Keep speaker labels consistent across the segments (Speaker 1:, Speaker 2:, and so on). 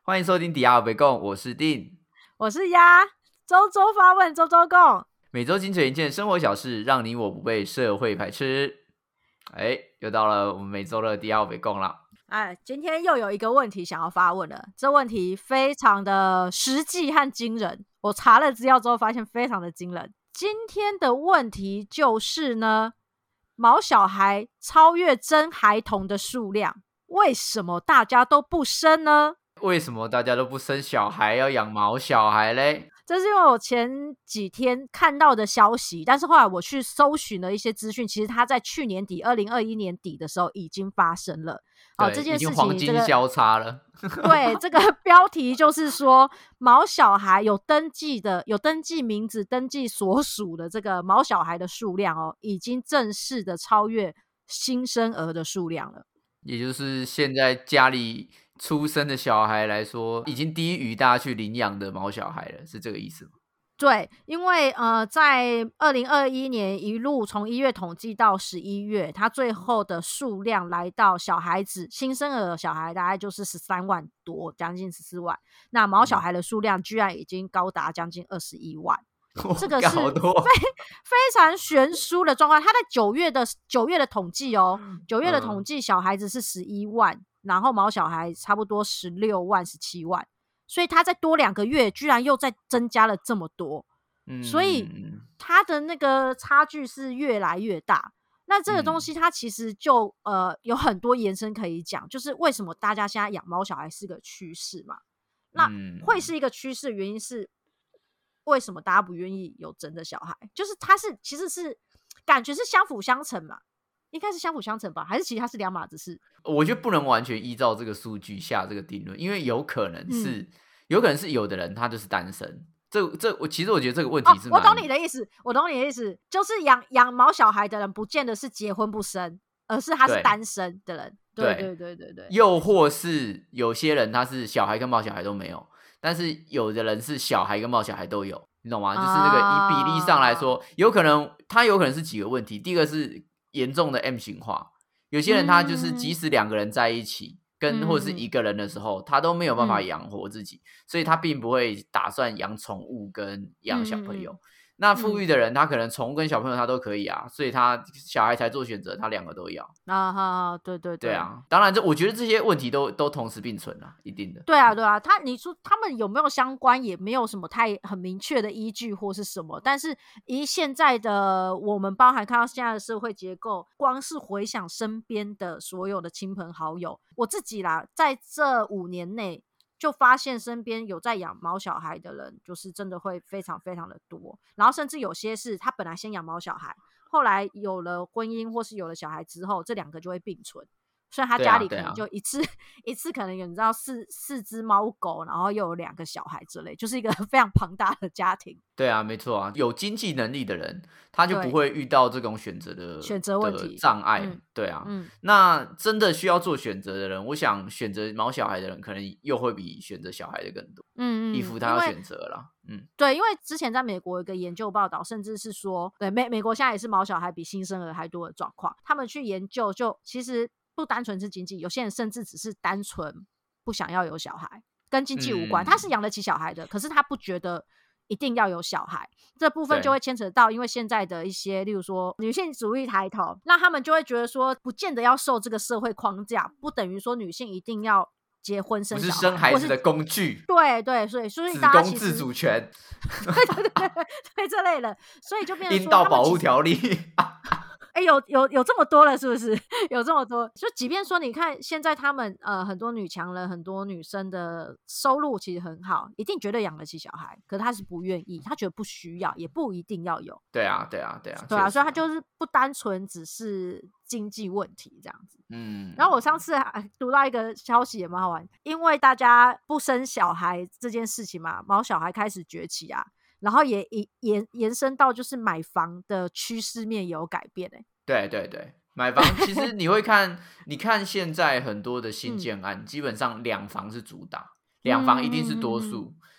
Speaker 1: 欢迎收听迪亚尔贝贡，我是丁，
Speaker 2: 我是鸭，周周发问，周周共，
Speaker 1: 每周精选一件生活小事，让你我不被社会排斥。又到了我们每周的迪亚尔贝贡了。
Speaker 2: 今天又有一个问题想要发问了，这问题非常的实际和惊人。我查了资料之后发现非常的惊人。今天的问题就是呢，毛小孩超越真孩童的数量，为什么大家都不生呢？
Speaker 1: 为什么大家都不生小孩，要养毛小孩嘞？
Speaker 2: 这是因为我前几天看到的消息，但是后来我去搜寻了一些资讯，其实它在去年底2021年底的时候已经发生了。
Speaker 1: 对，
Speaker 2: 这件事情
Speaker 1: 已经黄金交叉了。
Speaker 2: 对，这个标题就是说，毛小孩有登记名字、登记所属的这个毛小孩的数量已经正式的超越新生儿的数量了。
Speaker 1: 也就是现在家里出生的小孩来说，已经低于大家去领养的毛小孩了，是这个意思吗？
Speaker 2: 对，因为在2021年一路从1月统计到11月，它最后的数量来到小孩子新生儿的小孩大概就是13万多，将近14万。那毛小孩的数量居然已经高达将近21万。这个是非常悬殊的状况。他在9月的统计9月的统计小孩子是11万，然后毛小孩差不多16万17万，所以他在多2个月居然又再增加了这么多，所以他的那个差距是越来越大。那这个东西它其实就有很多延伸可以讲，就是为什么大家现在养毛小孩是个趋势嘛。那会是一个趋势的原因是为什么大家不愿意有真的小孩，就是它是其实是感觉是相辅相成嘛，应该是相辅相成吧，还是其实它是两码子事？
Speaker 1: 我觉得不能完全依照这个数据下这个定论，因为有可能是有的人他就是单身。其实我觉得这个问题是
Speaker 2: 我懂你的意思，就是养毛小孩的人不见得是结婚不生，而是他是单身的人。对。
Speaker 1: 又或是有些人他是小孩跟毛小孩都没有，但是有的人是小孩跟毛小孩都有，你懂吗？就是那个以比例上来说，有可能是几个问题。第一个是严重的 M 型化，有些人他就是即使2个人在一起，或者是1个人的时候，他都没有办法养活自己，所以他并不会打算养宠物跟养小朋友。那富裕的人他可能宠物跟小朋友他都可以啊，所以他小孩才做选择，他2个都要对啊。当然我觉得这些问题都同时并存啊，一定的。
Speaker 2: 对啊你说他们有没有相关，也没有什么很明确的依据或是什么，但是以现在的我们包含看到现在的社会结构，光是回想身边的所有的亲朋好友，我自己啦，在这5年内就发现身边有在养毛小孩的人，就是真的会非常非常的多。然后甚至有些是他本来先养毛小孩，后来有了婚姻或是有了小孩之后，这2个就会并存。所以他家里可能就一次可能有你知道四只猫狗，然后又有2个小孩之类，就是一个非常庞大的家庭。
Speaker 1: 对啊，没错啊，有经济能力的人他就不会遇到这种选择
Speaker 2: 问题
Speaker 1: 障碍。对啊，那真的需要做选择的人，我想选择毛小孩的人可能又会比选择小孩的更多。依附他要选择啦。
Speaker 2: 对，因为之前在美国有一个研究报道，甚至是说对美国现在也是毛小孩比新生儿还多的状况，他们去研究就其实不单纯是经济，有些人甚至只是单纯不想要有小孩，跟经济无关，他是养得起小孩的，可是他不觉得一定要有小孩。这部分就会牵扯到因为现在的一些例如说女性主义抬头，那他们就会觉得说不见得要受这个社会框架，不等于说女性一定要结婚生小孩，
Speaker 1: 不是生孩子的工具。
Speaker 2: 对，所以大家其实
Speaker 1: 子宫自主权
Speaker 2: 对这类的，所以就变成说
Speaker 1: 阴道保护条例
Speaker 2: 有这么多了，是不是？有这么多，就即便说你看现在他们很多女强人，很多女生的收入其实很好，一定绝对养得起小孩，可是她是不愿意，她觉得不需要，也不一定要有。
Speaker 1: 对啊，
Speaker 2: 所以她就是不单纯只是经济问题这样子。然后我上次读到一个消息也蛮好玩，因为大家不生小孩这件事情嘛，毛小孩开始崛起啊。然后也延伸到就是买房的趋势面也有改变。
Speaker 1: 对，买房其实你会看你看现在很多的新建案基本上2房是主打，2房一定是多数。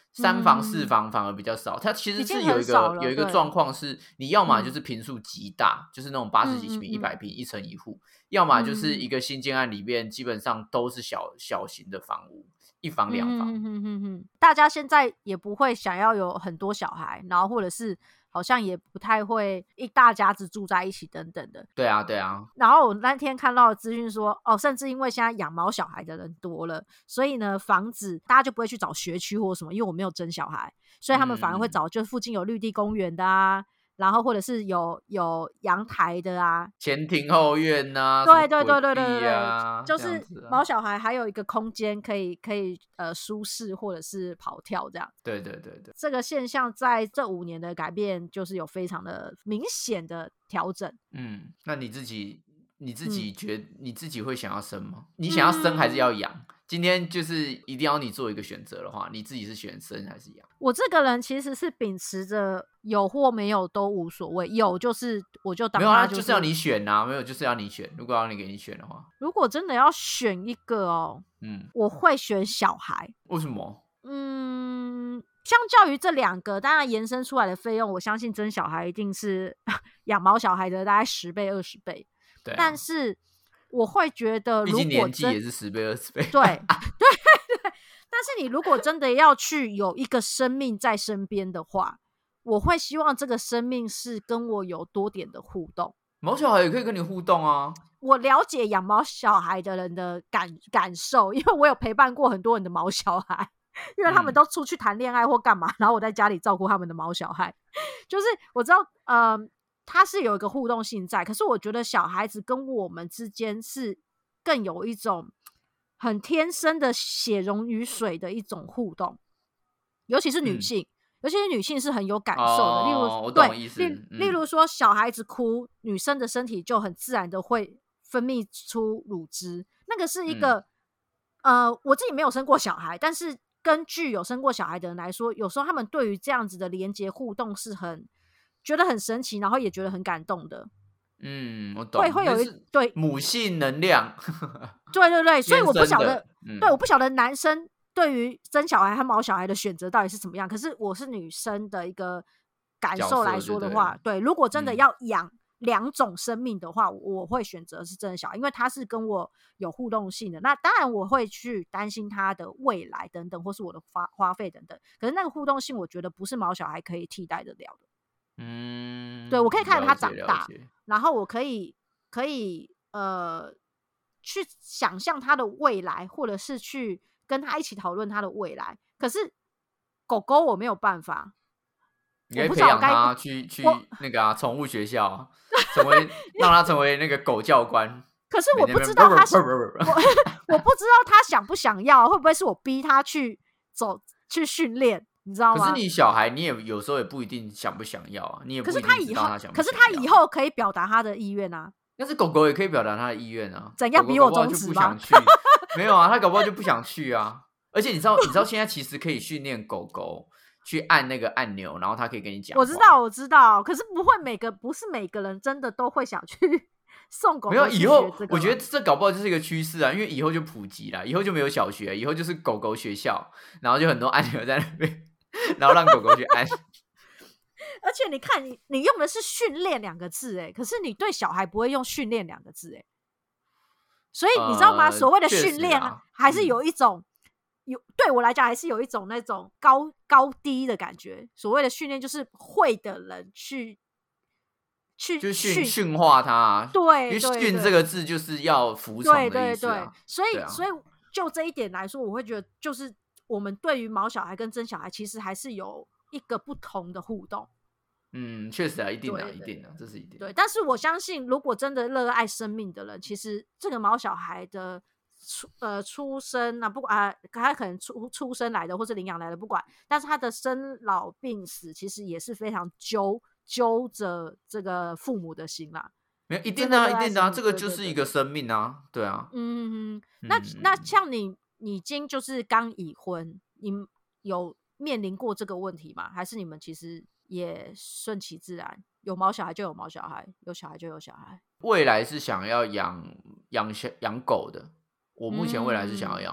Speaker 1: 3房4房反而比较少，它其实是有一个状况是，你要么就是坪数极大，就是那种80几坪、100坪1层1户，要么就是一个新建案里面基本上都是小型的房屋，1房2房。
Speaker 2: 大家现在也不会想要有很多小孩，然后或者是好像也不太会一大家子住在一起等等的。
Speaker 1: 对啊，对啊。
Speaker 2: 然后我那天看到的资讯说，甚至因为现在养毛小孩的人多了，所以呢，房子大家就不会去找学区或什么，因为我没有生小孩，所以他们反而会找就附近有绿地公园的啊，然后或者是有阳台的啊，
Speaker 1: 前庭后院啊，
Speaker 2: 对，就是毛小孩还有一个空间可以舒适或者是跑跳这样。
Speaker 1: 对，
Speaker 2: 这个现象在这5年的改变就是有非常的明显的调整。
Speaker 1: 那你自己觉得你自己会想要生吗？你想要生还是要养？今天就是一定要你做一个选择的话，你自己是选生还是养？
Speaker 2: 我这个人其实是秉持着有或没有都无所谓，有就是我就当
Speaker 1: 没有啊，就是要你选啊，没有就是要你选。如果要你给你选的话，
Speaker 2: 如果真的要选一个我会选小孩。
Speaker 1: 为什么？
Speaker 2: 相较于这2个，当然延伸出来的费用，我相信生小孩一定是养毛小孩的大概10倍20倍。
Speaker 1: 对，
Speaker 2: 但是我会觉得，如果
Speaker 1: 年纪也是10倍20倍，
Speaker 2: 对。但是你如果真的要去有一个生命在身边的话，我会希望这个生命是跟我有多点的互动。
Speaker 1: 毛小孩也可以跟你互动啊。
Speaker 2: 我了解养毛小孩的人的感受，因为我有陪伴过很多人的毛小孩，因为他们都出去谈恋爱或干嘛，然后我在家里照顾他们的毛小孩。就是我知道它是有一个互动性在，可是我觉得小孩子跟我们之间是更有一种很天生的血溶于水的一种互动，尤其是女性，是很有感受的。例如，
Speaker 1: 我懂意思。
Speaker 2: 例如说小孩子哭，女生的身体就很自然的会分泌出乳汁，那个是一个我自己没有生过小孩，但是根据有生过小孩的人来说，有时候他们对于这样子的连结互动是觉得很神奇，然后也觉得很感动的。
Speaker 1: 我懂，
Speaker 2: 会有对
Speaker 1: 母性能量。
Speaker 2: 对，所以我不晓得，我不晓得男生对于生小孩和毛小孩的选择到底是怎么样。可是我是女生的一个感受来说的话，对，如果真的要养2种生命的话，我会选择是真的小孩，因为他是跟我有互动性的。那当然我会去担心他的未来等等，或是我的花费等等。可是那个互动性，我觉得不是毛小孩可以替代得了的。对，我可以看着他长大，然后我可以去想象他的未来，或者是去跟他一起讨论他的未来。可是狗狗我没有办法，
Speaker 1: 你可以培养他去那个宠物学校，让他成为那个狗教官。
Speaker 2: 可是我不知道他我不知道他想不想要，会不会是我逼他去训练？你知道吗？
Speaker 1: 可是你小孩，你也有时候也不一定想不想要啊，你也不一定知道他想不想要。
Speaker 2: 可是他以后可以表达他的意愿啊。
Speaker 1: 但是狗狗也可以表达他的意愿啊。
Speaker 2: 怎样比我中指吗？
Speaker 1: 没有啊，他搞不好就不想去啊。而且你知道现在其实可以训练狗狗去按那个按钮，然后它可以跟你讲话。
Speaker 2: 我知道，可是不是每个人真的都会想去送狗狗去学这个。
Speaker 1: 没有，以后我觉得这搞不好就是一个趋势啊，因为以后就普及了，以后就没有小学，以后就是狗狗学校，然后就很多按钮在那边，然后让狗狗去按。
Speaker 2: 而且你看，你用的是训练2个字，可是你对小孩不会用训练2个字，所以你知道吗？所谓的训练还是有一种对我来讲还是有一种那种高低的感觉。所谓的训练就是会的人去
Speaker 1: 驯化他，
Speaker 2: 对，
Speaker 1: 因为训这个字就是要服从的意思啊。
Speaker 2: 所以就这一点来说，我会觉得就是我们对于毛小孩跟真小孩其实还是有一个不同的互动。
Speaker 1: 确实啊，一定的，这是一定的。
Speaker 2: 对，但是我相信，如果真的热爱生命的人，其实这个毛小孩的出生啊，不管他可能出生来的，或是领养来的，不管，但是他的生老病死，其实也是非常揪着这个父母的心啦。
Speaker 1: 没有一定的啊，这个就是一个生命啊，对啊。
Speaker 2: 那像你已经就是刚已婚，你有面临过这个问题吗？还是你们其实也顺其自然，有毛小孩就有毛小孩，有小孩就有小孩？未
Speaker 1: 来是想要养狗的，我目前未来是想要养狗，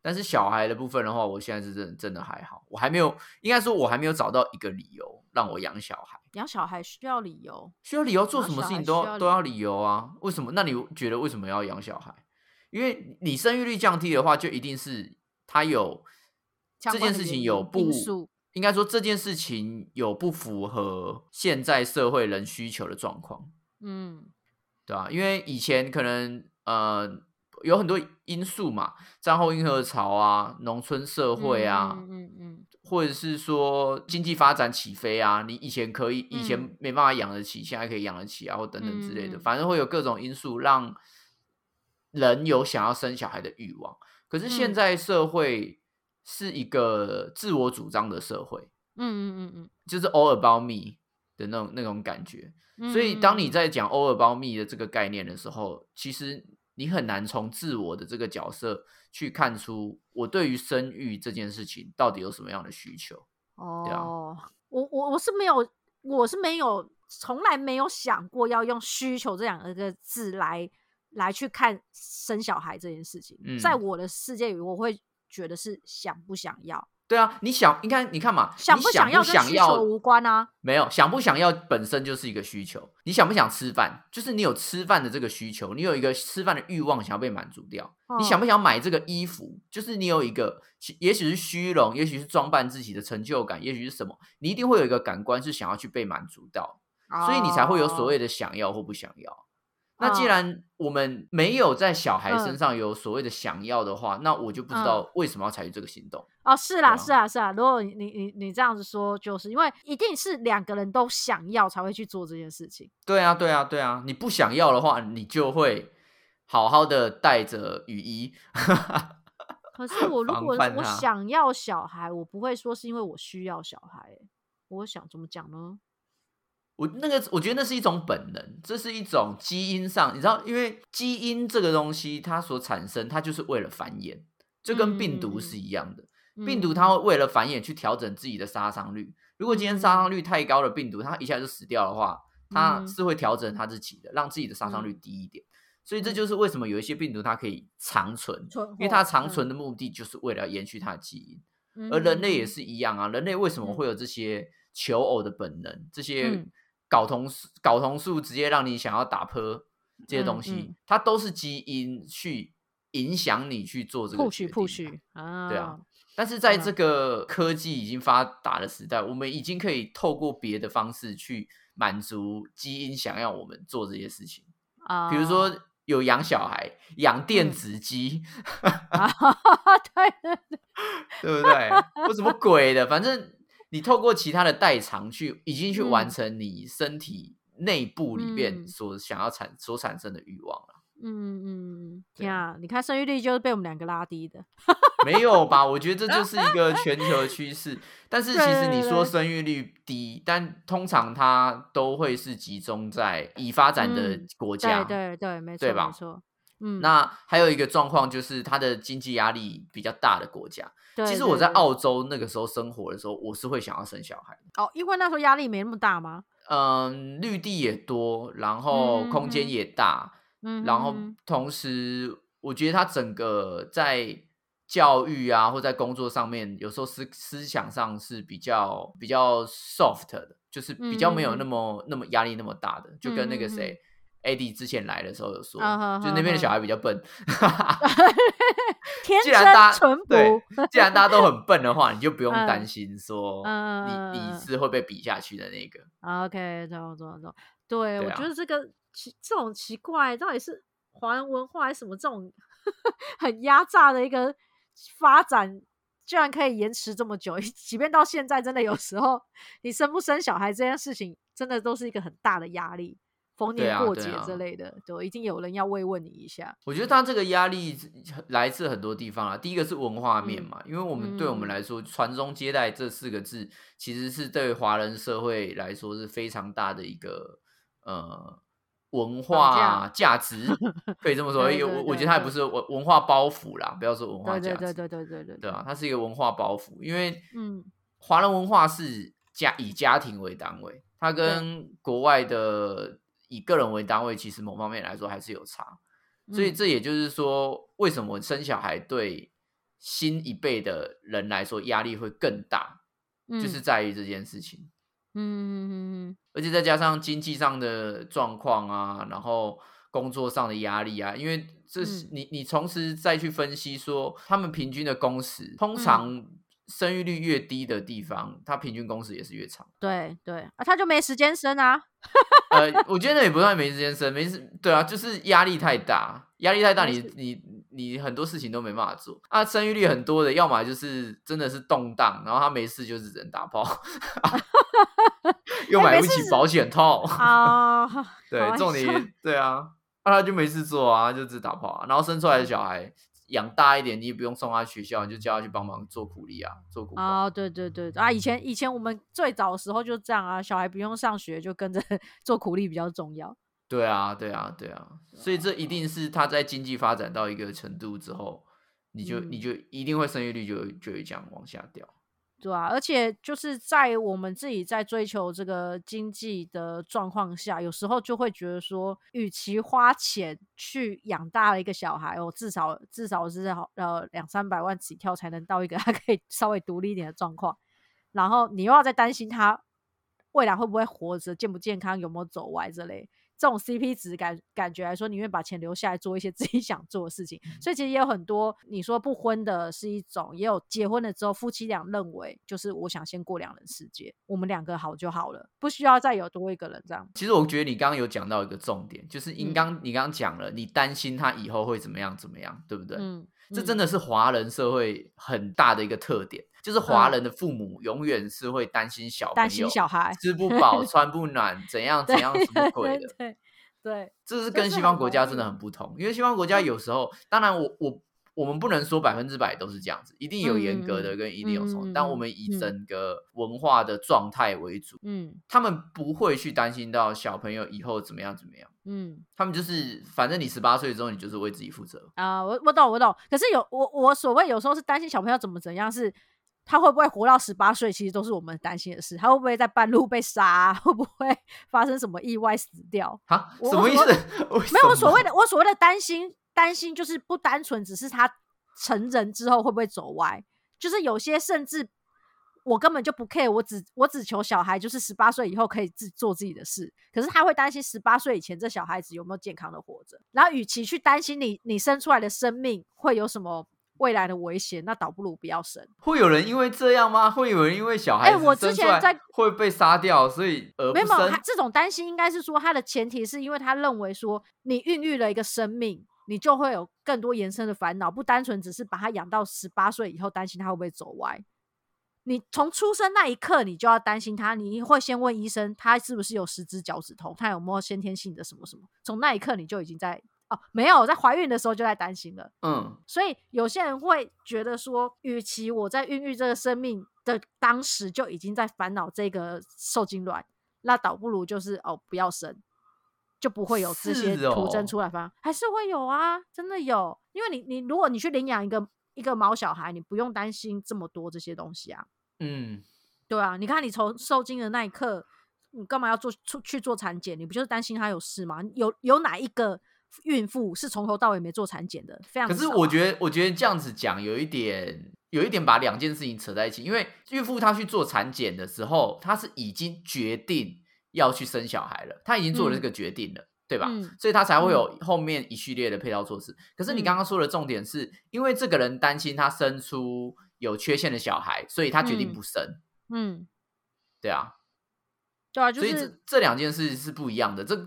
Speaker 1: 但是小孩的部分的话，我现在是真的还好，我还没有，应该说我还没有找到一个理由让我养小孩。
Speaker 2: 养小孩需要理由，
Speaker 1: 需要理由，做什么事情都要理
Speaker 2: 由。
Speaker 1: 由啊？为什么？那你觉得为什么要养小孩？因为你生育率降低的话，就一定是它有这件事情有
Speaker 2: 因素，
Speaker 1: 应该说这件事情有不符合现在社会人需求的状况，对吧？因为以前可能有很多因素嘛，战后婴儿潮啊，农村社会啊，或者是说经济发展起飞啊，你以前没办法养得起，现在可以养得起啊，或等等之类的，反正会有各种因素让人有想要生小孩的欲望。可是现在社会是一个自我主张的社会，就是 all about me 的那种感觉。所以当你在讲 all about me 的这个概念的时候，其实你很难从自我的这个角色去看出我对于生育这件事情到底有什么样的需求。对啊，
Speaker 2: 我是没有从来没有想过要用需求这2个字来去看生小孩这件事情。在我的世界里，我会觉得是想不想要。
Speaker 1: 对啊，你看嘛，
Speaker 2: 想不想要跟需求无关啊。
Speaker 1: 没有，想不想要本身就是一个需求。你想不想吃饭，就是你有吃饭的这个需求，你有一个吃饭的欲望想要被满足掉。你想不想买这个衣服，就是你有一个也许是虚荣，也许是装扮自己的成就感，也许是什么，你一定会有一个感官是想要去被满足到，所以你才会有所谓的想要或不想要。那既然我们没有在小孩身上有所谓的想要的话，那我就不知道为什么要采取这个行动。
Speaker 2: 是啦，是啊。如果你这样子说，就是因为一定是2个人都想要才会去做这件事情。
Speaker 1: 对啊。你不想要的话，你就会好好的带着雨衣。
Speaker 2: 可是如果我想要小孩，我不会说是因为我需要小孩。我想怎么讲呢？
Speaker 1: 我觉得那是一种本能，这是一种基因上，你知道，因为基因这个东西它所产生，它就是为了繁衍，就跟病毒是一样的。病毒它会为了繁衍去调整自己的杀伤率。如果今天杀伤率太高的病毒，它一下就死掉的话，它是会调整它自己的，让自己的杀伤率低一点。所以这就是为什么有一些病毒它可以长存，因为它长存的目的就是为了延续它的基因。而人类也是一样啊，人类为什么会有这些求偶的本能，这些睾酮素直接让你想要打破这些东西，它都是基因去影响你去做这个决定。对啊，但是在这个科技已经发达的时代，我们已经可以透过别的方式去满足基因想要我们做这些事情。比如说有养小孩，养电子鸡，对不对？或什么鬼的，反正你透过其他的代偿已经去完成你身体内部里面所产生的欲望了。
Speaker 2: 天啊，你看生育率就是被我们2个拉低的。
Speaker 1: 没有吧？我觉得这就是一个全球的趋势。但是其实你说生育率低，但通常它都会是集中在已发展的国家。
Speaker 2: 对，没错，
Speaker 1: 对吧？
Speaker 2: 没错。
Speaker 1: 那还有一个状况就是它的经济压力比较大的国家。其实我在澳洲那个时候生活的时候，我是会想要生小孩的。
Speaker 2: 因为那时候压力没那么大吗？
Speaker 1: 绿地也多，然后空间也大，然后同时我觉得它整个在教育啊或在工作上面，有时候思想上是比较 soft 的，就是比较没有那么压力那么大的，就跟那个谁Eddie 之前来的时候有说，就那边的小孩比较笨。
Speaker 2: 天真淳朴。
Speaker 1: 既然大家都很笨的话，你就不用担心说你是会被比下去的那个。
Speaker 2: OK， 懂。对，我觉得这种奇怪，到底是华人文化还是什么这种很压榨的一个发展，居然可以延迟这么久。即便到现在，真的有时候你生不生小孩这件事情，真的都是一个很大的压力。逢年过节之类的，对，一定有人要慰问你一下。
Speaker 1: 我觉得他这个压力来自很多地方啦。第一个是文化面嘛，因为对我们来说，传宗接代这4个字，其实是对华人社会来说是非常大的一个文化价值，可以这么说。我觉得它也不是文化包袱啦，不要说文化价值。对啊，它是一个文化包袱，因为华人文化是以家庭为单位，它跟国外的以个人为单位，其实某方面来说还是有差。所以这也就是说，为什么生小孩对新一辈的人来说压力会更大，就是在于这件事情。而且再加上经济上的状况啊，然后工作上的压力啊，因为这是你同时再去分析说，他们平均的工时，通常生育率越低的地方，它平均工时也是越长。
Speaker 2: 对对啊，他就没时间生啊。
Speaker 1: 我觉得也不算没时间生，对啊，就是压力太大，你很多事情都没办法做啊。生育率很多的，要么就是真的是动荡，然后他没事就是只能打炮，又买不起保险套
Speaker 2: 啊。
Speaker 1: 对，重点对啊，他就没事做啊，就只打炮啊。然后生出来的小孩养大一点，你也不用送他学校，你就叫他去帮忙做苦力啊，做苦工啊。
Speaker 2: 对对对啊，以前我们最早的时候就这样啊，小孩不用上学就跟着做苦力比较重要。
Speaker 1: 对啊，对啊，对啊，所以这一定是他在经济发展到一个程度之后，你就一定会生育率就会这样往下掉。
Speaker 2: 对啊，而且就是在我们自己在追求这个经济的状况下，有时候就会觉得说，与其花钱去养大了一个小孩，至少是200-300万起跳才能到一个他可以稍微独立一点的状况，然后你又要再担心他未来会不会活着、健不健康、有没有走歪之类。这种 CP 值感觉来说，宁愿把钱留下来做一些自己想做的事情。所以其实也有很多，你说不婚的是一种，也有结婚了之后夫妻俩认为就是我想先过2人世界，我们2个好就好了，不需要再有多一个人这样。
Speaker 1: 其实我觉得你刚刚有讲到一个重点，就是你刚刚讲了，你担心他以后会怎么样，对不对？这真的是华人社会很大的一个特点，就是华人的父母永远是会担心小朋友
Speaker 2: 小孩
Speaker 1: 吃不饱穿不暖怎样什么鬼的。
Speaker 2: 对，
Speaker 1: 这是跟西方国家真的很不同，因为西方国家有时候，当然我们不能说100%都是这样子，一定有严格的跟一定有松的，但我们以整个文化的状态为主，他们不会去担心到小朋友以后怎么样，他们就是反正你18岁之后你就是为自己负责
Speaker 2: 啊。我懂，可是我所谓有时候是担心小朋友怎样是。他会不会活到18岁？其实都是我们担心的事。他会不会在半路被杀？会不会发生什么意外死掉？
Speaker 1: 啊？什么意思？
Speaker 2: 没有，我所谓的担心就是不单纯只是他成人之后会不会走歪，就是有些甚至我根本就不 care， 我只求小孩就是18岁以后可以做自己的事。可是他会担心18岁以前这小孩子有没有健康的活着。然后与其去担心你生出来的生命会有什么未来的危险，那倒不如不要生。
Speaker 1: 会有人因为这样吗？会有人因为小孩子
Speaker 2: 我之前在
Speaker 1: 会被杀掉，所以而不生？
Speaker 2: 没有，这种担心应该是说他的前提是因为他认为说你孕育了一个生命，你就会有更多延伸的烦恼，不单纯只是把他养到18岁以后担心他会不会走歪。你从出生那一刻你就要担心他，你会先问医生他是不是有10只脚趾头，他有没有先天性的什么什么，从那一刻你就已经在没有，在怀孕的时候就在担心了。所以有些人会觉得说，与其我在孕育这个生命的当时就已经在烦恼这个受精卵，那倒不如就是不要生，就不会有这些图征出来。还是会有啊，真的有。因为你如果你去领养一个毛小孩，你不用担心这么多这些东西啊。对啊，你看你从受精的那一刻，你干嘛要去做产检？你不就是担心他有事吗？有哪一个孕妇是从头到尾没做产检的？非常少。
Speaker 1: 可是我觉得这样子讲有一点把2件事情扯在一起，因为孕妇她去做产检的时候，她是已经决定要去生小孩了，她已经做了这个决定了，对吧？所以她才会有后面一系列的配套措施。可是你刚刚说的重点是，因为这个人担心他生出有缺陷的小孩，所以他决定不生。对啊。
Speaker 2: 对啊，就是、
Speaker 1: 所以这2件事是不一样的。这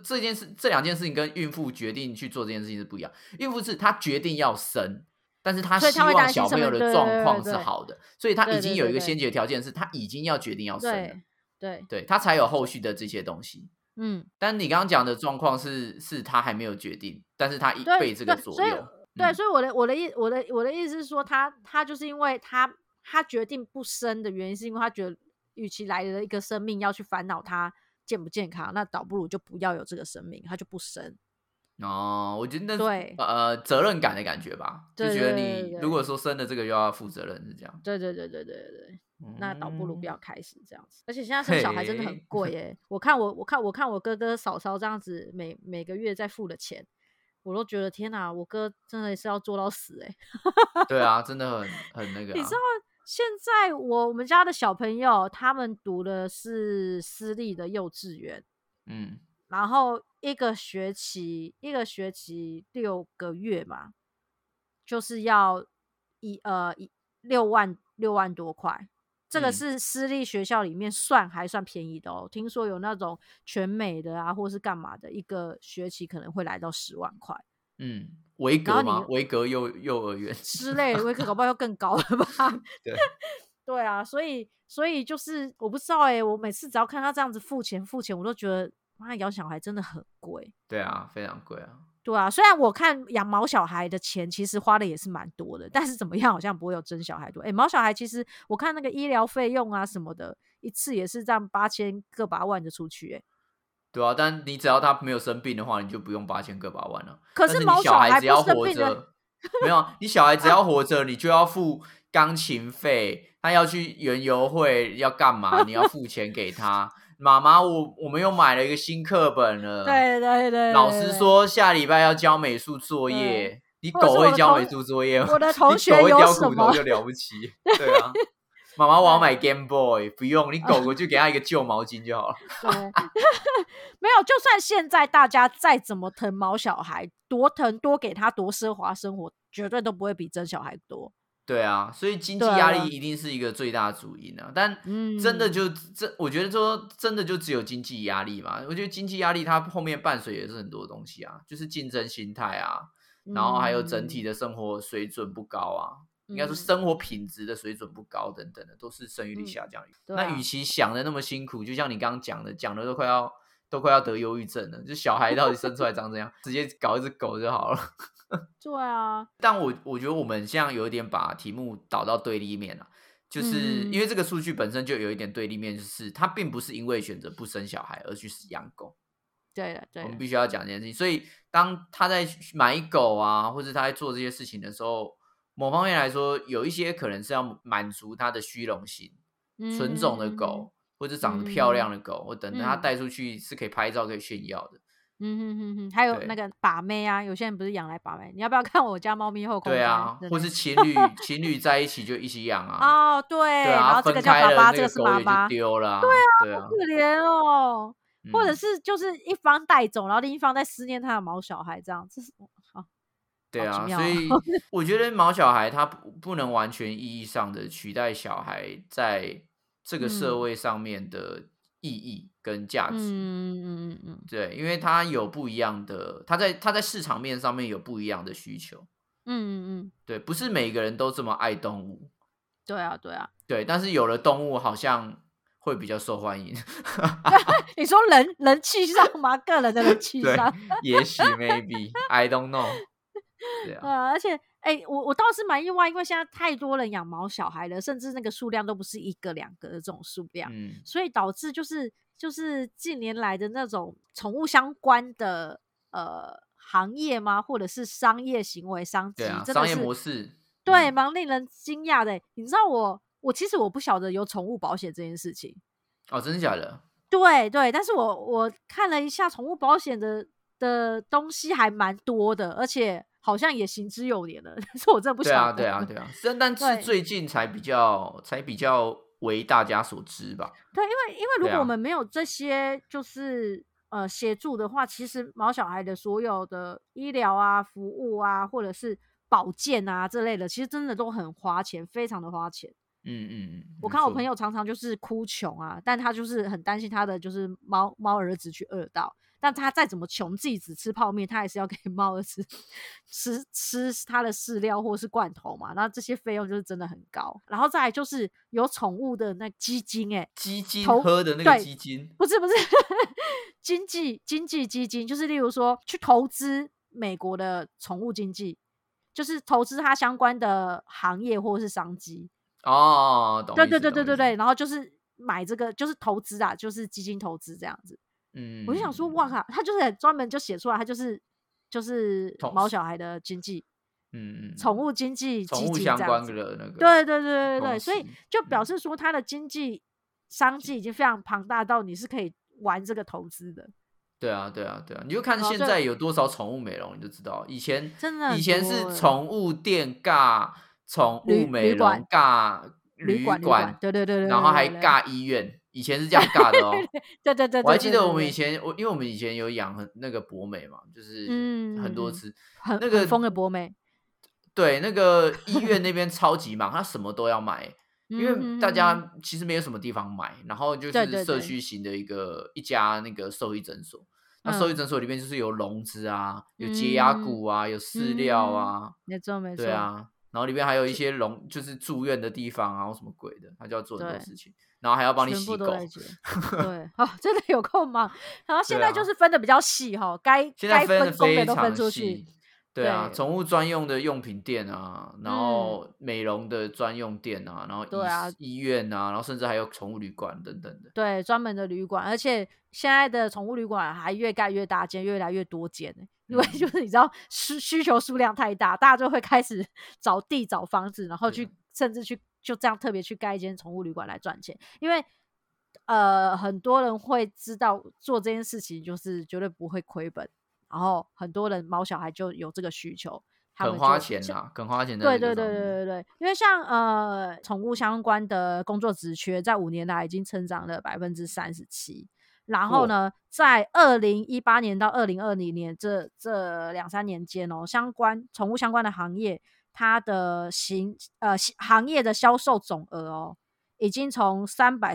Speaker 1: 2件事情跟孕妇决定去做这件事情是不一样。孕妇是她决定要生，但是她希望小朋友的状况是好的，所以她已经有一个先决条件是她已经要决定要生了，对，她才有后续的这些东西。但你刚刚讲的状况是她还没有决定，但是她被这个左右。
Speaker 2: 对，所以我的意思是说，他就是因为他决定不生的原因，是因为他觉得，与其来了一个生命要去烦恼他健不健康，那倒不如就不要有这个生命，他就不生。
Speaker 1: 我觉得对责任感的感觉吧，就觉得你如果说生了这个就要负责任，是这样。
Speaker 2: 对，那倒不如不要开始这样子。而且现在生小孩真的很贵耶。我看我哥哥嫂嫂这样子每个月在付的钱， 我都觉得天哪，我哥真的是要做到死
Speaker 1: 对啊，真的很那个
Speaker 2: 你知道
Speaker 1: 啊。
Speaker 2: 现在我们家的小朋友，他们读的是私立的幼稚园，
Speaker 1: 嗯
Speaker 2: 然后一个学期6个月嘛，就是要6万多块。这个
Speaker 1: 嗯
Speaker 2: 是私立学校里面还算便宜的哦。听说有那种全美的啊，或是干嘛的，一个学期可能会来到10万块。
Speaker 1: 嗯，维
Speaker 2: 然后你
Speaker 1: 格吗？维格幼儿园
Speaker 2: 之类的，威克搞不好要更高了吧？
Speaker 1: 对
Speaker 2: 对啊，所以就是我不知道我每次只要看他这样子付钱，我都觉得妈养小孩真的很贵。
Speaker 1: 对啊，非常贵啊。
Speaker 2: 对啊，虽然我看养毛小孩的钱其实花的也是蛮多的，但是怎么样好像不会有真小孩多。毛小孩其实我看那个医疗费用啊什么的，一次也是这样8000个8万的出去
Speaker 1: 对啊，但你只要他没有生病的话，你就不用8000个8万了。
Speaker 2: 可
Speaker 1: 但是你
Speaker 2: 毛小孩
Speaker 1: 小孩只要
Speaker 2: 不生病的，
Speaker 1: 活着，没有啊，你小孩只要活着，你就要付钢琴费，他要去园游会要干嘛，你要付钱给他。妈妈，我们又买了一个新课本了。
Speaker 2: 对对对，
Speaker 1: 老师说下礼拜要交美术作业，你狗会交美术作业吗？
Speaker 2: 我的同学
Speaker 1: 你狗会
Speaker 2: 有什么
Speaker 1: 叼骨头就了不起。对啊，妈妈我要买 Game Boy， 不用，你狗狗就给他一个旧毛巾就好了。
Speaker 2: 对，没有，就算现在大家再怎么疼毛小孩，多疼多给他多奢华生活，绝对都不会比真小孩多。
Speaker 1: 对啊，所以经济压力一定是一个最大的主因啊。但真的我觉得说真的就只有经济压力嘛？我觉得经济压力它后面伴随也是很多东西啊，就是竞争心态啊，然后还有整体的生活水准不高啊，应该说生活品质的水准不高等等的，都是生育率下降。那与其想的那么辛苦，就像你刚刚讲的都快要得忧郁症了，就小孩到底生出来长怎样，直接搞一只狗就好了。
Speaker 2: 对啊，
Speaker 1: 但我觉得我们现在有一点把题目导到对立面了，就是因为这个数据本身就有一点对立面，就是它并不是因为选择不生小孩而去养狗。
Speaker 2: 对了，
Speaker 1: 我们必须要讲这件事情。所以当他在买狗啊，或者他在做这些事情的时候，某方面来说，有一些可能是要满足他的虚荣心，纯种的狗或者长得漂亮的狗，或等等，他带出去是可以拍照可以炫耀的。
Speaker 2: 还有那个把妹啊，有些人不是养来把妹，你要不要看我家猫咪后空翻？
Speaker 1: 对啊，或是情侣在一起就一起养啊。
Speaker 2: 哦，对，然后这个叫爸爸，这个是妈妈，
Speaker 1: 丢了。
Speaker 2: 对啊，好可怜哦。或者是就是一方带走，然后另一方在思念他的毛小孩，这样这是好。
Speaker 1: 对啊，所以我觉得毛小孩他不能完全意义上的取代小孩在这个社会上面的意义跟价值。对，因为他有不一样的，他在市场面上面有不一样的需求。对，不是每个人都这么爱动物。
Speaker 2: 对啊，
Speaker 1: 对，但是有了动物好像会比较受欢迎。
Speaker 2: 你说人气上吗？个人的人气上？
Speaker 1: 也许 maybe I don't know。对啊，
Speaker 2: 而且我倒是蛮意外，因为现在太多人养毛小孩了，甚至那个数量都不是1个2个的这种数量，所以导致就是近年来的那种宠物相关的行业吗，或者是商业行为商机，真的是
Speaker 1: 商业模式，
Speaker 2: 对，蛮令人惊讶的。你知道我其实我不晓得有宠物保险这件事情。
Speaker 1: 哦，真的假的？
Speaker 2: 对，但是我看了一下宠物保险的东西还蛮多的，而且好像也行之有年了，但是我真的不晓得。
Speaker 1: 对啊，但是最近才比较为大家所知吧。
Speaker 2: 对，因为如果我们没有这些就是协助的话，其实毛小孩的所有的医疗啊、服务啊，或者是保健啊这类的，其实真的都很花钱，非常的花钱。我看我朋友常常就是哭穷啊，但他就是很担心他的就是猫儿子去饿到，但他再怎么穷，自己只吃泡面，他还是要给猫儿子吃他的饲料或是罐头嘛，然后这些费用就是真的很高。然后再来就是有宠物的那基金
Speaker 1: 基金喝的那个基金，
Speaker 2: 不是经济基金，就是例如说去投资美国的宠物经济，就是投资它相关的行业或是商机。
Speaker 1: 哦，懂。
Speaker 2: 对，然后就是买这个，就是投资啊，就是基金投资这样子。我就想说，哇靠，他就是很专门就写出来，他就是毛小孩的经济，宠物经济基金，宠物
Speaker 1: 相关的那个，
Speaker 2: 对，所以就表示说他的经济商机已经非常庞大到你是可以玩这个投资的。
Speaker 1: 对啊，对啊，对啊，你就看现在有多少宠物美容，你就知道。以前
Speaker 2: 真的
Speaker 1: 是宠物店尬宠物美容尬旅馆，
Speaker 2: 对对对对
Speaker 1: 然后还
Speaker 2: 对对
Speaker 1: 尬医院，以前是这样尬的哦。
Speaker 2: 对对对对对
Speaker 1: 我还记得我们以
Speaker 2: 对，
Speaker 1: 前，因为我们以前有养那个博美嘛，就是很多只，那个
Speaker 2: 很疯的博美，
Speaker 1: 对，那个医院那边超级忙，他什么都要买，因为大家其实没有什么地方买，然后就是社区型的一家那个兽医诊所。那兽医诊所里面就是有笼子啊，有洁牙骨啊，有饲料啊，
Speaker 2: 没错没错，
Speaker 1: 对啊，然后里面还有一些就是住院的地方啊，或什么鬼的，他就要做很多事情，然后还要帮你洗狗，
Speaker 2: 对，真的有够忙。然后现在就是分的比较细哈，
Speaker 1: 现在分的
Speaker 2: 工的都分出去。
Speaker 1: 对啊，宠物专用的用品店啊，然后美容的专用店啊，然后医院啊，然后甚至还有宠物旅馆等等的。
Speaker 2: 对，专门的旅馆，而且现在的宠物旅馆还越盖越大间，越来越多间，因为就是你知道需求数量太大，大家就会开始找地找房子，然后甚至就这样特别去盖一间宠物旅馆来赚钱，因为很多人会知道做这件事情就是绝对不会亏本。然后很多人毛小孩就有这个需求，
Speaker 1: 肯花钱啊，肯花钱在这个上面。
Speaker 2: 对，因为像宠物相关的工作职缺，在5年来已经成长了37%。然后呢，在2018年到2020年这2-3年间哦，宠物相关的行业，它的行业的销售总额哦，已经从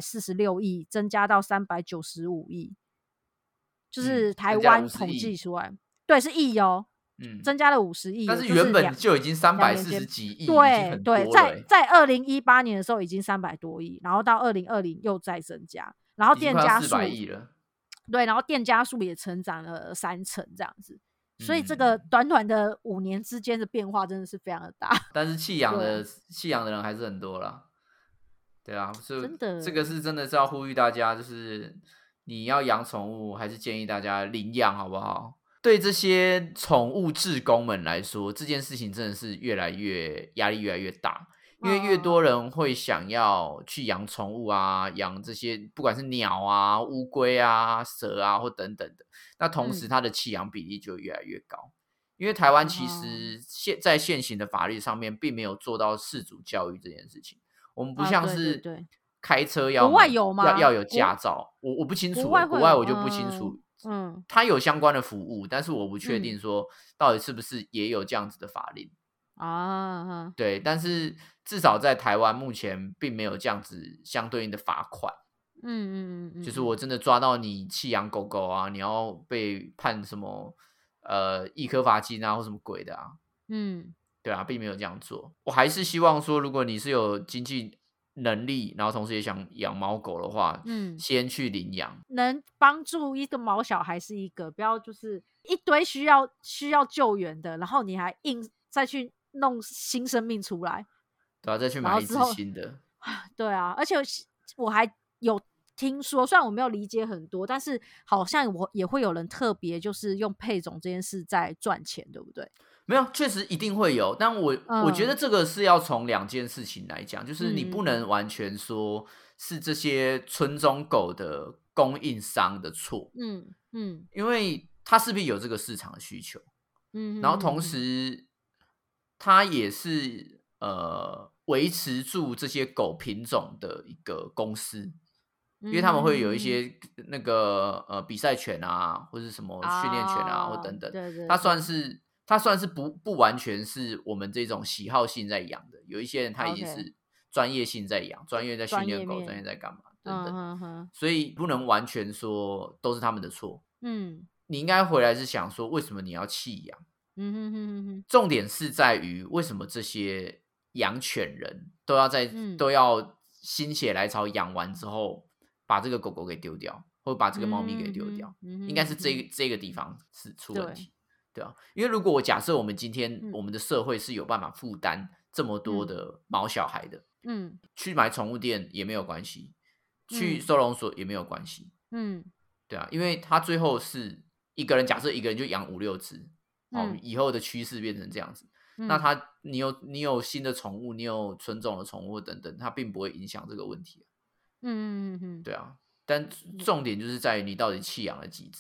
Speaker 2: 346亿增加到395亿。就是台湾统计出来，对，是亿哦，增加了50亿，
Speaker 1: 但是原本就已经340几亿，
Speaker 2: 对
Speaker 1: 对，
Speaker 2: 在2018年的时候已经300多亿，然后到2020又再增加，然后店家数
Speaker 1: 400亿了，
Speaker 2: 对，然后店家数也成长了3成这样子，所以这个短短的5年之间的变化真的是非常的大。
Speaker 1: 但是弃养的人还是很多啦，对啊，
Speaker 2: 真的，
Speaker 1: 这个是真的是要呼吁大家，就是你要养宠物，还是建议大家领养好不好？对这些宠物志工们来说，这件事情真的是压力越来越大，因为越多人会想要去养宠物啊，养这些不管是鸟啊、乌龟啊、蛇啊或等等的，那同时它的弃养比例就越来越高。因为台湾其实在现行的法律上面并没有做到饲主教育这件事情，我们不像是开车要
Speaker 2: 国外有吗？
Speaker 1: 要有驾照，我不清楚，国外我就不清楚。它有相关的服务，但是我不确定说到底是不是也有这样子的法令啊？对，但是至少在台湾目前并没有这样子相对应的罚款。就是我真的抓到你弃养狗狗啊，你要被判什么易科罚金啊或什么鬼的啊？对啊，并没有这样做。我还是希望说，如果你是有经济能力，然后同时也想养猫狗的话，先去领养，
Speaker 2: 能帮助一个毛小孩是一个，不要就是一堆需要救援的，然后你还硬再去弄新生命出来，
Speaker 1: 对啊，再去买一只新的，
Speaker 2: 对啊，而且我还有听说，虽然我没有理解很多，但是好像也会有人特别就是用配种这件事在赚钱，对不对？
Speaker 1: 没有，确实一定会有，但我觉得这个是要从2件事情来讲，就是你不能完全说是这些纯种狗的供应商的错，因为它势必有这个市场的需求，然后同时它也是维持住这些狗品种的一个公司，因为他们会有一些那个比赛犬啊，或是什么训练犬啊，或等等，它算是不完全是我们这种喜好性在养的，有一些人他已经是专业性在养，专业在训练狗，专业在干嘛等等，所以不能完全说都是他们的错。你应该回来是想说，为什么你要弃养？重点是在于为什么这些养犬人都要心血来潮养完之后，把这个狗狗给丢掉，或者把这个猫咪给丢掉，应该是这个地方是出问题。对啊，因为如果假设我们今天我们的社会是有办法负担这么多的毛小孩的，去买宠物店也没有关系，去收容所也没有关系，对啊，因为他最后是假设一个人就养5-6只，以后的趋势变成这样子，那你有新的宠物，你有纯种的宠物等等，它并不会影响这个问题，对啊，但重点就是在于你到底弃养了几只。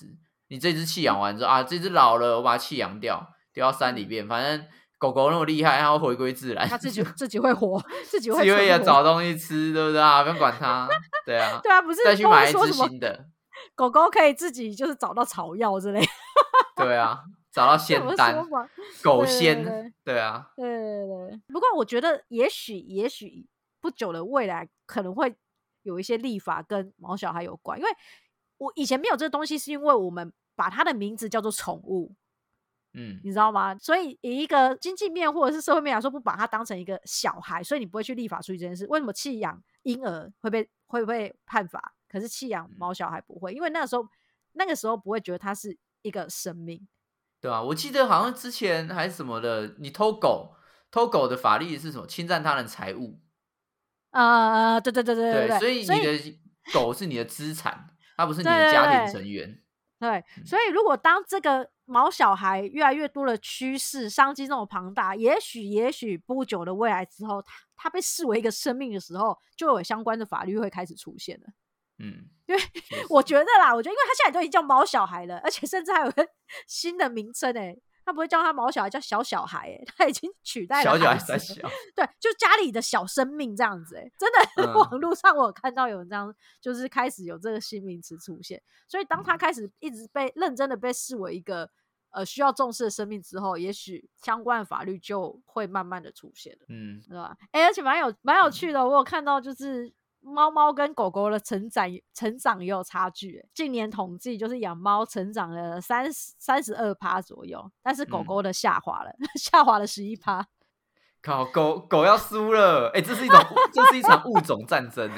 Speaker 1: 你这只弃养完之后啊，这只老了，我把它弃养掉，丢到山里面，反正狗狗那么厉害，它会回归自然，
Speaker 2: 它自己会活，自己会
Speaker 1: 自己会
Speaker 2: 存活。
Speaker 1: 找东西吃，对不对啊？不用管它，对啊，
Speaker 2: 对啊，不是
Speaker 1: 再去
Speaker 2: 都会
Speaker 1: 买一只
Speaker 2: 说什么
Speaker 1: 新的，
Speaker 2: 狗狗可以自己就是找到草药之类的
Speaker 1: 对啊，找到
Speaker 2: 什么说
Speaker 1: 仙丹、
Speaker 2: 法？
Speaker 1: 狗
Speaker 2: 对对对
Speaker 1: 仙，对啊，
Speaker 2: 对对对。不过我觉得也许不久的未来可能会有一些立法跟毛小孩有关，因为我以前没有这个东西，是因为我们把它的名字叫做宠物。你知道吗？所以以一个经济面或者是社会面来说，不把它当成一个小孩，所以你不会去立法处理这件事。为什么弃养婴儿会被判罚，可是弃养毛小孩不会？因为那个时候不会觉得它是一个生命。
Speaker 1: 对啊，我记得好像之前还是什么的，你偷狗的法律是什么？侵占他人财物。
Speaker 2: 对对对对对
Speaker 1: 对，所
Speaker 2: 对，
Speaker 1: 以你的狗是你的资产，它不是你
Speaker 2: 对对
Speaker 1: 的家庭
Speaker 2: 对
Speaker 1: 成员。
Speaker 2: 对，所以如果当这个毛小孩越来越多的趋势，商机这么庞大，也许不久的未来之后，它被视为一个生命的时候，就有相关的法律会开始出现了。因为我觉得因为他现在都已经叫毛小孩了，而且甚至还有个新的名称他不会叫他毛小孩，叫小小孩他已经取代了
Speaker 1: 小小孩
Speaker 2: 子
Speaker 1: 小，
Speaker 2: 对，就家里的小生命这样子真的网络上我有看到有人这样，就是开始有这个新名词出现，所以当他开始一直被认真的被视为一个需要重视的生命之后，也许相关的法律就会慢慢的出现了，对吧？而且蛮有趣的，我有看到就是猫跟狗狗的成长也有差距近年统计就是养猫成长了32%左右，但是狗狗的下滑了下滑了11%。
Speaker 1: 靠，狗要输了，这是一场物种战争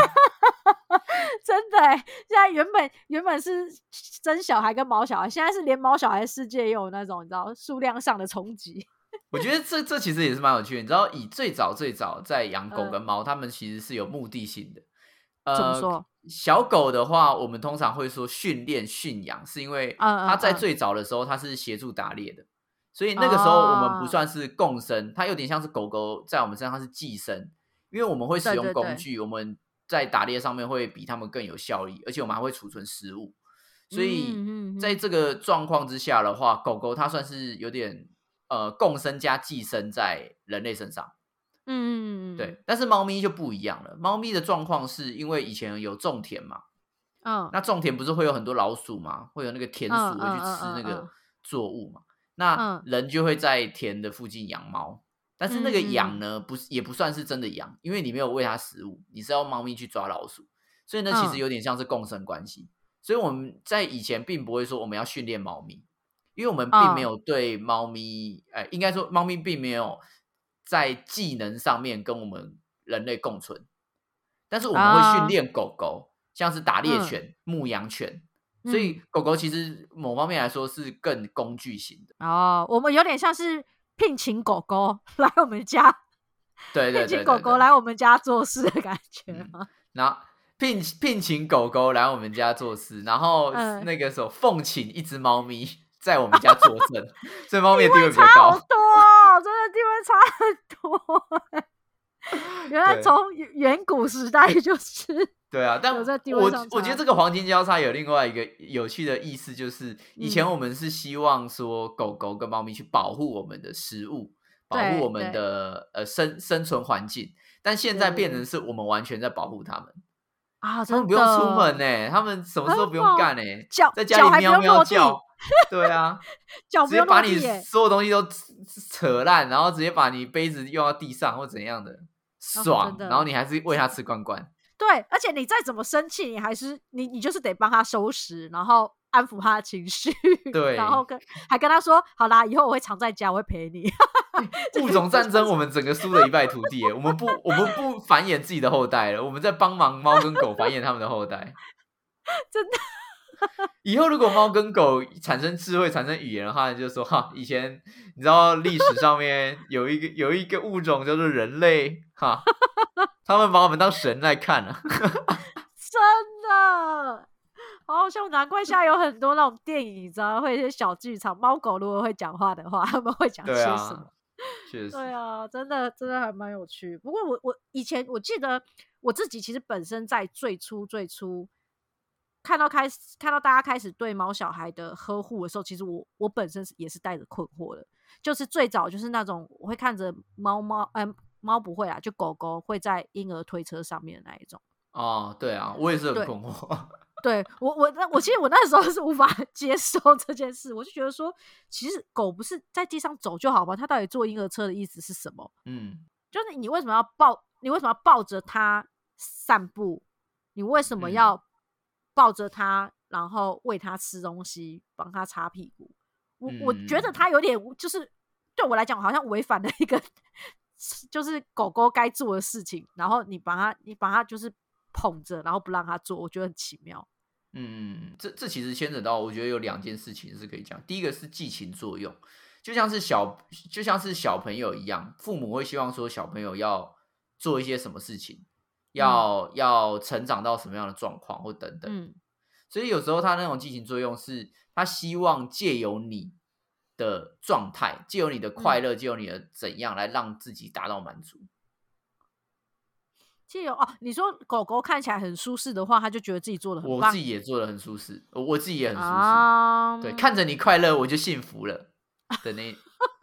Speaker 2: 真的现在原本是生小孩跟毛小孩，现在是连毛小孩的世界也有那种你知道数量上的冲击。
Speaker 1: 我觉得这其实也是蛮有趣的，你知道，以最早在养狗跟猫，他们其实是有目的性的。
Speaker 2: 怎么说？
Speaker 1: 小狗的话，我们通常会说训练驯养，是因为它在最早的时候它是协助打猎的，所以那个时候我们不算是共生，它有点像是狗狗在我们身上它是寄生，因为我们会使用工具，我们在打猎上面会比他们更有效率，而且我们还会储存食物，所以在这个状况之下的话，狗狗它算是有点共生加寄生在人类身上。对，但是猫咪就不一样了。猫咪的状况是因为以前有种田嘛，那种田不是会有很多老鼠嘛，会有那个田鼠会去吃那个作物嘛，那人就会在田的附近养猫，但是那个养呢，也不算是真的养，因为你没有喂它食物，你是要猫咪去抓老鼠，所以呢，其实有点像是共生关系。所以我们在以前并不会说我们要训练猫咪，因为我们并没有对猫咪，应该说猫咪并没有在技能上面跟我们人类共存，但是我们会训练狗狗，像是打猎犬、牧羊犬，所以狗狗其实某方面来说是更工具型的。
Speaker 2: 我们有点像是聘请狗狗来我们家，
Speaker 1: 对，
Speaker 2: 聘请狗狗来我们家做事的感觉吗？
Speaker 1: 然后聘请狗狗来我们家做事，然后那个时候奉请一只猫咪在我们家作证，所以猫咪的地位比较高。
Speaker 2: 地位差好多真的地位差很多原来从远古时代就是
Speaker 1: 对啊，但我觉得这个黄金交叉有另外一个有趣的意思，就是以前我们是希望说狗狗跟猫咪去保护我们的食物，保护我们的生存环境，但现在变成是我们完全在保护他们他们不用出门他们什么事都不用干在家里喵喵叫，对啊，直接把你所有东西都扯烂，然后直接把你杯子用到地上或怎样的爽，然后你还是喂它吃罐罐。
Speaker 2: 对，而且你再怎么生气，你还是你就是得帮他收拾，然后安抚他的情绪，
Speaker 1: 对，
Speaker 2: 然后还跟他说好啦，以后我会常在家，我会陪你。
Speaker 1: 物种战争我们整个输了一败涂地我们不繁衍自己的后代了，我们在帮忙猫跟狗繁衍他们的后代。
Speaker 2: 真的
Speaker 1: 以后如果猫跟狗产生智慧产生语言的话，就说哈，以前你知道历史上面有一个物种叫做人类哈，他们把我们当神来看
Speaker 2: 真的好像难怪现在有很多那种电影，你知道会有些小剧场，猫狗如果会讲话的话，他们会讲些什么？
Speaker 1: 确实，
Speaker 2: 对啊，真的还蛮有趣。不过我以前我记得我自己其实本身在最初看到大家开始对毛小孩的呵护的时候，其实我本身也是带着困惑的。就是最早就是那种我会看着猫不会啊，就狗狗会在婴儿推车上面的那一种。
Speaker 1: 哦，对啊，我也是很
Speaker 2: 对
Speaker 1: 困惑。
Speaker 2: 对，我其实我那时候是无法接受这件事，我就觉得说，其实狗不是在地上走就好吗？它到底坐婴儿车的意思是什么？就是你为什么要抱着它散步？你为什么要抱着它，然后喂它吃东西，帮它擦屁股？我觉得它有点就是对我来讲，好像违反了一个就是狗狗该做的事情，然后你把它就是捧着，然后不让它做，我觉得很奇妙。
Speaker 1: 这其实牵扯到，我觉得有2件事情是可以讲。第一个是寄情作用，就像是小朋友一样，父母会希望说小朋友要做一些什么事情，要成长到什么样的状况或等等。所以有时候他那种寄情作用是他希望借由你的状态，借由你的快乐，借由你的怎样来让自己达到满足。
Speaker 2: 你说狗狗看起来很舒适的话，他就觉得自己做的很棒。
Speaker 1: 我自己也做的很舒适，我自己也很舒适。对，看着你快乐我就幸福了的那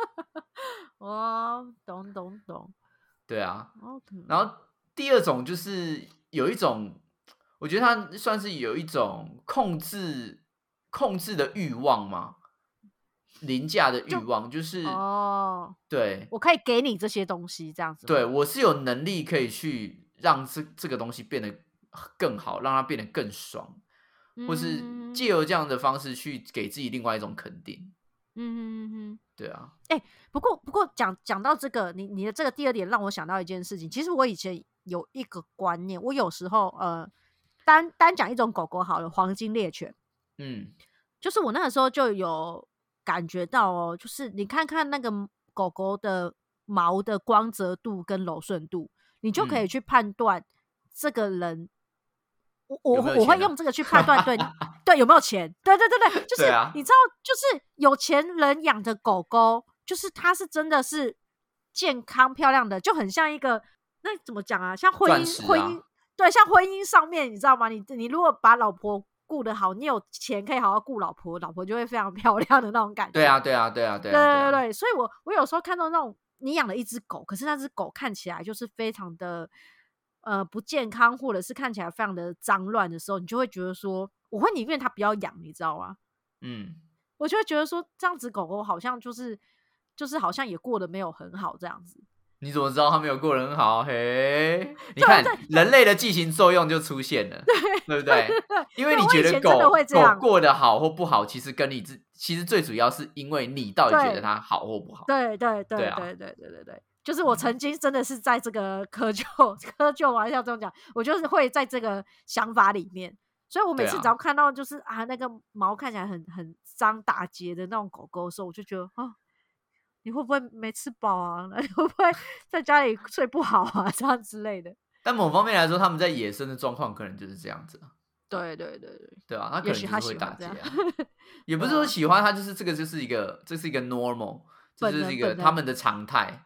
Speaker 2: 懂。
Speaker 1: 对啊。然后第二种就是有一种，我觉得它算是有一种控制的欲望嘛，凌驾的欲望，就是对，
Speaker 2: 我可以给你这些东西，这样子。
Speaker 1: 对，我是有能力可以去让这个东西变得更好，让它变得更爽，或是借由这样的方式去给自己另外一种肯定。对啊。
Speaker 2: 不过讲到这个，你的这个第二点让我想到一件事情。其实我以前有一个观念，我有时候单讲一种狗狗好了，黄金猎犬。就是我那个时候就有感觉到就是你看看那个狗狗的毛的光泽度跟柔顺度，你就可以去判断这个人。我会用这个去判断，对有没有钱？对，就是你知道，就是有钱人养的狗狗，就是它是真的是健康漂亮的，就很像一个那怎么讲啊？像婚姻，对，像婚姻上面，你知道吗？你如果把老婆顾得好，你有钱可以好好顾老婆，老婆就会非常漂亮的那种感觉。
Speaker 1: 对啊。
Speaker 2: 所以我有时候看到那种你养了一只狗，可是那只狗看起来就是非常的不健康，或者是看起来非常的脏乱的时候，你就会觉得说，我会宁愿它不要养，你知道吗？我就会觉得说，这样子狗狗好像就是好像也过得没有很好这样子。
Speaker 1: 你怎么知道它没有过得很好？嘿，你看人类的寄情作用就出现了，对不对？因为你觉得狗过得好或不好，其实其实最主要是因为你到底觉得它好或不好。
Speaker 2: 对，就是我曾经真的是在这个窠臼玩笑中讲，我就是会在这个想法里面，所以我每次只要看到就是那个毛看起来很脏打结的那种狗狗的时候，我就觉得你会不会没吃饱啊？你会不会在家里睡不好啊？这样之类的。
Speaker 1: 但某方面来说，他们在野生的状况可能就是这样子。
Speaker 2: 对
Speaker 1: 啊，他可能就是会打结啊。也不是说喜欢他，就是这是一个 normal， 这就是一个他们的常态。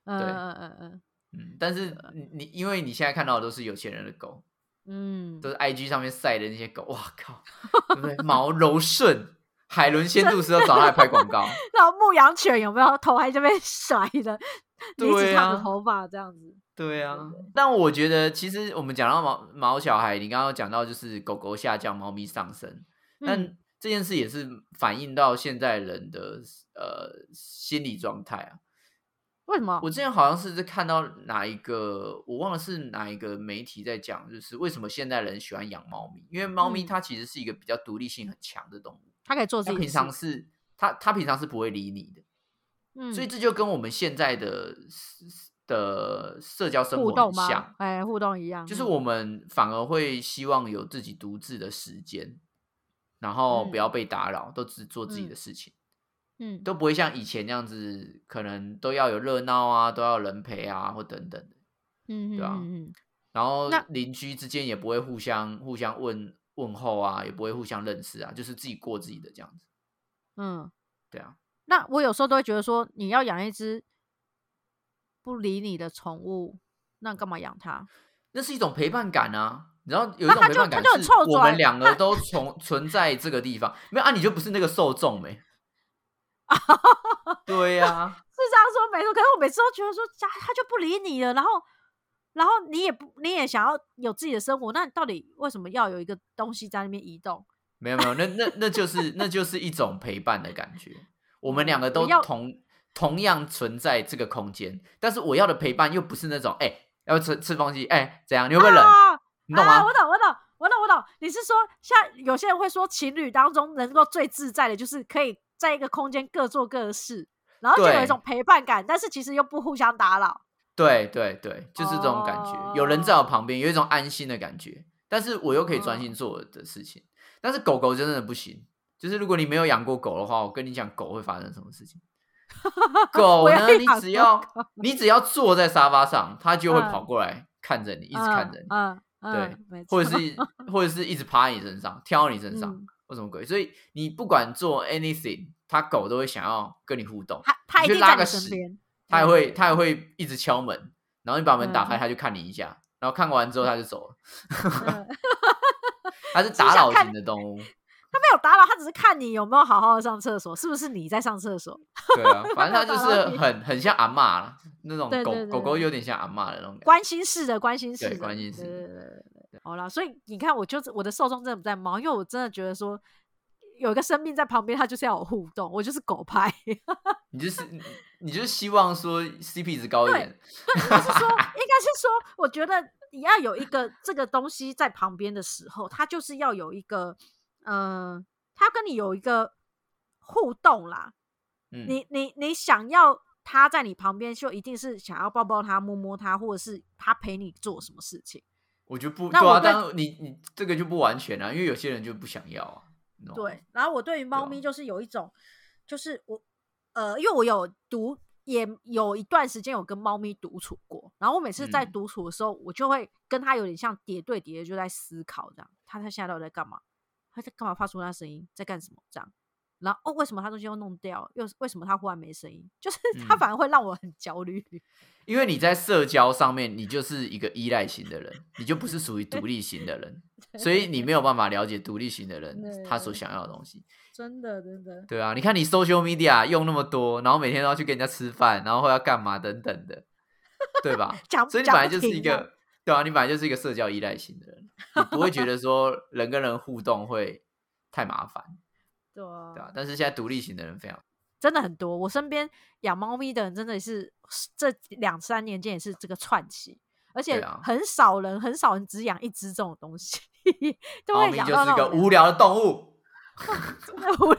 Speaker 1: 但是因为你现在看到的都是有钱人的狗，都是 IG 上面晒的那些狗，哇靠，对不对？毛柔顺。海伦仙度斯都找他来拍广告，
Speaker 2: 然后牧羊犬有没有头还这边甩的，一直烫着头发这样子。
Speaker 1: 对啊，但我觉得其实我们讲到毛小孩，你刚刚讲到就是狗狗下降，猫咪上升，但这件事也是反映到现在人的心理状态啊。
Speaker 2: 为什么？
Speaker 1: 我之前好像是看到我忘了是哪一个媒体在讲，就是为什么现代人喜欢养猫咪，因为猫咪它其实是一个比较独立性很强的动物。
Speaker 2: 他可以做自己的
Speaker 1: 事，他平常是不会理你的，所以这就跟我们现在的社交生活很像，
Speaker 2: 互动一样，
Speaker 1: 就是我们反而会希望有自己独自的时间，然后不要被打扰，都只做自己的事情，都不会像以前那样子，可能都要有热闹啊，都要人陪啊，或等等的，对吧？然后邻居之间也不会互相问候啊，也不会互相认识啊，就是自己过自己的这样子。对啊。
Speaker 2: 那我有时候都会觉得说，你要养一只不理你的宠物，那干嘛养它？
Speaker 1: 那是一种陪伴感啊。 你知道有一种陪伴感是
Speaker 2: 他就很臭
Speaker 1: 我们两个都存在这个地方，没有啊，你就不是那个受众没？对呀、啊，
Speaker 2: 是这样说没错。可是我每次都觉得说，他就不理你了，然后你也想要有自己的生活，那你到底为什么要有一个东西在那边移动？
Speaker 1: 没有，那就是一种陪伴的感觉。我们两个都同样存在这个空间，但是我要的陪伴又不是那种要吃东西怎样？你会不会冷？你懂吗？
Speaker 2: 我懂。你是说像有些人会说，情侣当中能够最自在的就是可以在一个空间各做各的事，然后就有一种陪伴感，但是其实又不互相打扰。
Speaker 1: 对，就是这种感觉，有人在我旁边，有一种安心的感觉，但是我又可以专心做我的事情。但是狗狗真的不行，就是如果你没有养过狗的话，我跟你讲狗会发生什么事情。狗呢，你只要坐在沙发上，它就会跑过来看着你，一直看着你。对，或者是一直趴在你身上，跳到你身上，或什么鬼。所以你不管做 anything， 它狗都会想要跟你互动。
Speaker 2: 它一定在你身边，
Speaker 1: 它也会一直敲门，然后你把门打开，它就看你一下，然后看完之后它就走了。它是打扰型的动物。
Speaker 2: 他没有打扰，他只是看你有没有好好的上厕所，是不是你在上厕所？
Speaker 1: 对啊，反正他就是很像阿嬷啦，那种狗狗有点像阿嬷的那种感觉，
Speaker 2: 关心式的。
Speaker 1: 对，关心式的。
Speaker 2: 对，好啦，所以你看，我的受众真的不在猫，因为我真的觉得说有一个生命在旁边，它就是要有互动，我就是狗派。
Speaker 1: 你就是希望说 CP 值高一点。
Speaker 2: 对，应该是说，我觉得你要有一个这个东西在旁边的时候，它就是要有一个他跟你有一个互动啦。你想要他在你旁边，就一定是想要抱抱他、摸摸他，或者是他陪你做什么事情。
Speaker 1: 我觉得不对啊，当然你这个就不完全啊，因为有些人就不想要啊。
Speaker 2: 对，然后我对于猫咪就是有一种，就是我因为我也有一段时间有跟猫咪独处过，然后我每次在独处的时候，我就会跟他有点像叠对叠，就在思考这样，他现在到底在干嘛？他在干嘛？发出那声音，在干什么？这样，然后为什么他东西又弄掉？又为什么他忽然没声音？就是他反而会让我很焦虑。
Speaker 1: 因为你在社交上面，你就是一个依赖型的人，你就不是属于独立型的人，所以你没有办法了解独立型的人他所想要的东西。
Speaker 2: 真的。
Speaker 1: 对啊，你看你 social media 用那么多，然后每天都要去跟人家吃饭，然后会要干嘛等等的，对吧？所以你本来就是一个。对啊，你本来就是一个社交依赖型的人，你不会觉得说人跟人互动会太麻烦。对啊，但是现在独立型的人非常
Speaker 2: 真的很多，我身边养猫咪的人真的是这2-3年间也是这个串起，而且很少人只养一只这种东西。
Speaker 1: 猫咪就是个无聊的动物。
Speaker 2: 真的无聊。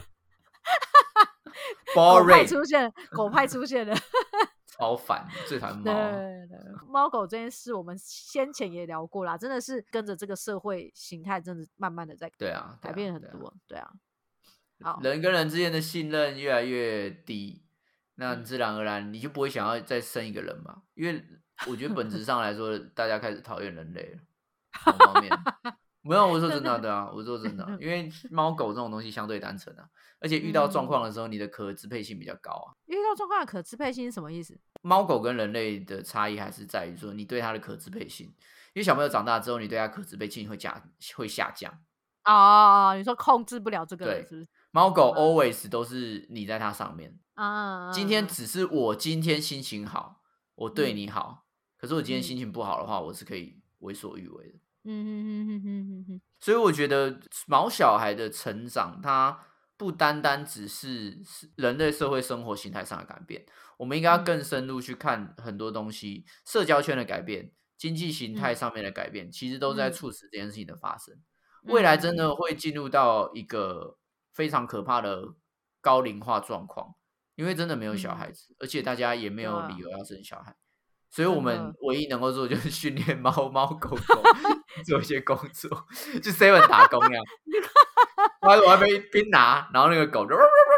Speaker 2: 狗派出现，狗派出现了。
Speaker 1: 超烦，最讨厌猫。
Speaker 2: 对，猫狗这件事我们先前也聊过啦，真的是跟着这个社会形态，真的慢慢的在改变很多。对啊，好，
Speaker 1: 人跟人之间的信任越来越低，那自然而然你就不会想要再生一个人嘛？因为我觉得本质上来说，大家开始讨厌人类了。某方面没有，我说真的，对啊，我说真的，因为猫狗这种东西相对单纯啊，而且遇到状况的时候，你的可支配性比较高啊。
Speaker 2: 遇到状况的可支配性是什么意思？
Speaker 1: 猫狗跟人类的差异还是在于说，你对它的可支配性，因为小朋友长大之后，你对它可支配性会下降。
Speaker 2: 你说控制不了这个人是不是？
Speaker 1: 猫狗 always 都是你在它上面
Speaker 2: 今
Speaker 1: 天只是我今天心情好，我对你好，可是我今天心情不好的话，我是可以为所欲为的。所以我觉得毛小孩的成长，它不单单只是人类社会生活形态上的改变，我们应该要更深入去看很多东西，社交圈的改变，经济形态上面的改变，其实都在促使这件事情的发生。未来真的会进入到一个非常可怕的高龄化状况，因为真的没有小孩子，而且大家也没有理由要生小孩。所以我们唯一能够做的就是训练猫狗做一些工作，去 7 打工呀。我还没边拿，然后那个狗就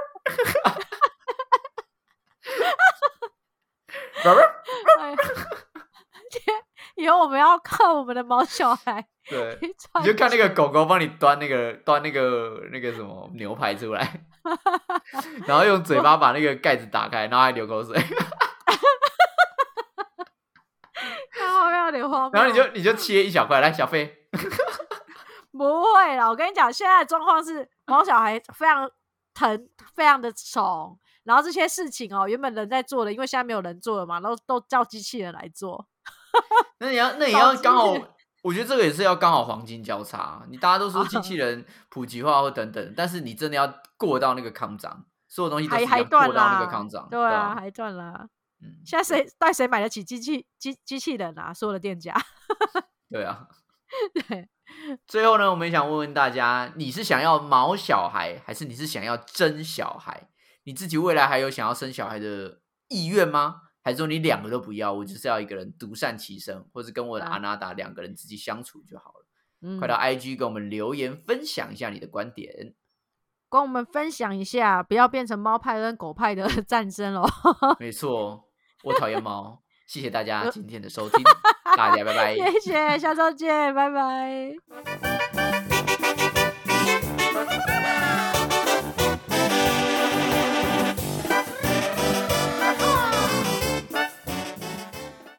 Speaker 2: 以后我们要靠我们的毛小孩。
Speaker 1: 对，你就看那个狗狗帮你端那个什么牛排出来，然后用嘴巴把那个盖子打开，然后还流口水。
Speaker 2: 好有点荒谬。
Speaker 1: 然后你就切一小块来，小飞。
Speaker 2: 不会啦，我跟你讲，现在的状况是毛小孩非常疼，非常的宠，然后这些事情原本人在做的，因为现在没有人做了嘛，然后都叫机器人来做。
Speaker 1: 那你要刚好，我觉得这个也是要刚好黄金交叉。你大家都说机器人普及化或等等，但是你真的要过到那个康涨，所有东西都是要过到那个康涨。
Speaker 2: 对啊，还断啦。现在谁买得起机器人啊？所有的店家。
Speaker 1: 对啊。
Speaker 2: 对。
Speaker 1: 最后呢，我们想问问大家，你是想要毛小孩，还是你是想要真小孩？你自己未来还有想要生小孩的意愿吗？还是说你两个都不要，我只是要一个人独善其身，或是跟我的阿娜达两个人自己相处就好了。快到 IG 跟我们留言分享一下你的观点，
Speaker 2: 跟我们分享一下，不要变成猫派跟狗派的战争咯。
Speaker 1: 没错，我讨厌猫。谢谢大家今天的收听，大家拜拜。
Speaker 2: 谢谢，下周见，拜拜。